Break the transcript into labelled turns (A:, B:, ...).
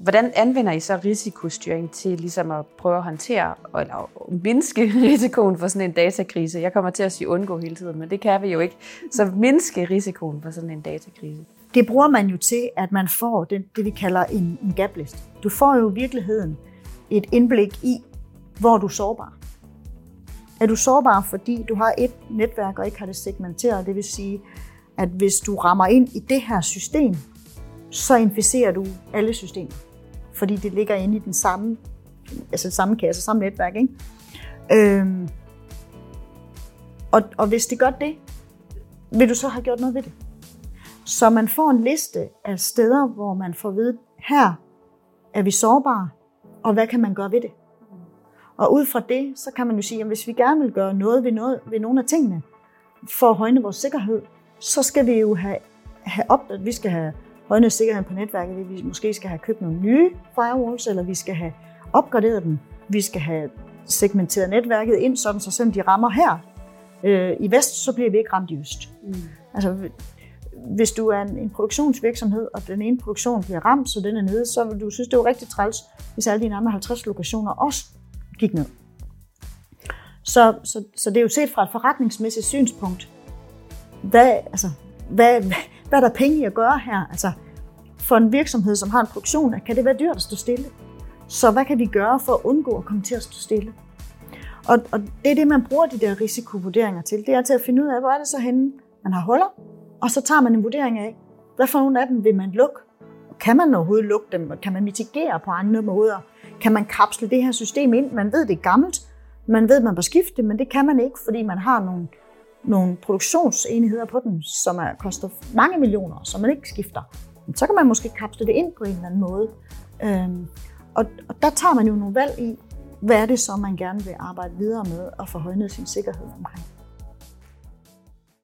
A: Hvordan anvender I så risikostyring til ligesom at prøve at håndtere eller mindske risikoen for sådan en datakrise? Jeg kommer til at sige undgå hele tiden, men det kan vi jo ikke. Så mindske risikoen for sådan en datakrise.
B: Det bruger man jo til, at man får det vi kalder en gaplist. Du får jo i virkeligheden et indblik i, hvor du er sårbar. Er du sårbar, fordi du har et netværk og ikke har det segmenteret? Det vil sige, at hvis du rammer ind i det her system, så inficerer du alle systemer. Fordi det ligger inde i den samme kasse, samme netværk. Ikke? Og hvis det gør det, vil du så have gjort noget ved det. Så man får en liste af steder, hvor man får at vide, her er vi sårbare, og hvad kan man gøre ved det? Og ud fra det, så kan man jo sige, at hvis vi gerne vil gøre noget ved nogle af tingene, for at højne vores sikkerhed, så skal vi jo have opdaget, vi skal have højnet sikkerheden på netværket, vi måske skal have købt nogle nye firewalls, eller vi skal have opgraderet dem. Vi skal have segmenteret netværket ind, sådan så selvom de rammer her i vest, så bliver vi ikke ramt i øst. Altså, hvis du er en produktionsvirksomhed, og den ene produktion bliver ramt, så den er nede, så vil du synes, det er jo rigtig træls, hvis alle dine andre 50 lokationer også gik ned. Så det er jo set fra et forretningsmæssigt synspunkt. Hvad er der penge i at gøre her? Altså, for en virksomhed, som har en produktion, kan det være dyrt at stå stille. Så hvad kan vi gøre for at undgå at komme til at stå stille? Og det er det, man bruger de der risikovurderinger til. Det er til at finde ud af, hvor er det så henne, man har huller, og så tager man en vurdering af, hvad for nogle af dem vil man lukke? Kan man overhovedet lukke dem? Kan man mitigere på andre måder? Kan man kapsle det her system ind? Man ved, det er gammelt. Man ved, man bør skifte det, men det kan man ikke, fordi man har nogle produktionsenheder på den, som koster mange millioner, som man ikke skifter. Men så kan man måske kapsle det ind på en eller anden måde. Og der tager man jo nogle valg i, hvad er det så, man gerne vil arbejde videre med og få højnet sin sikkerhed omkring.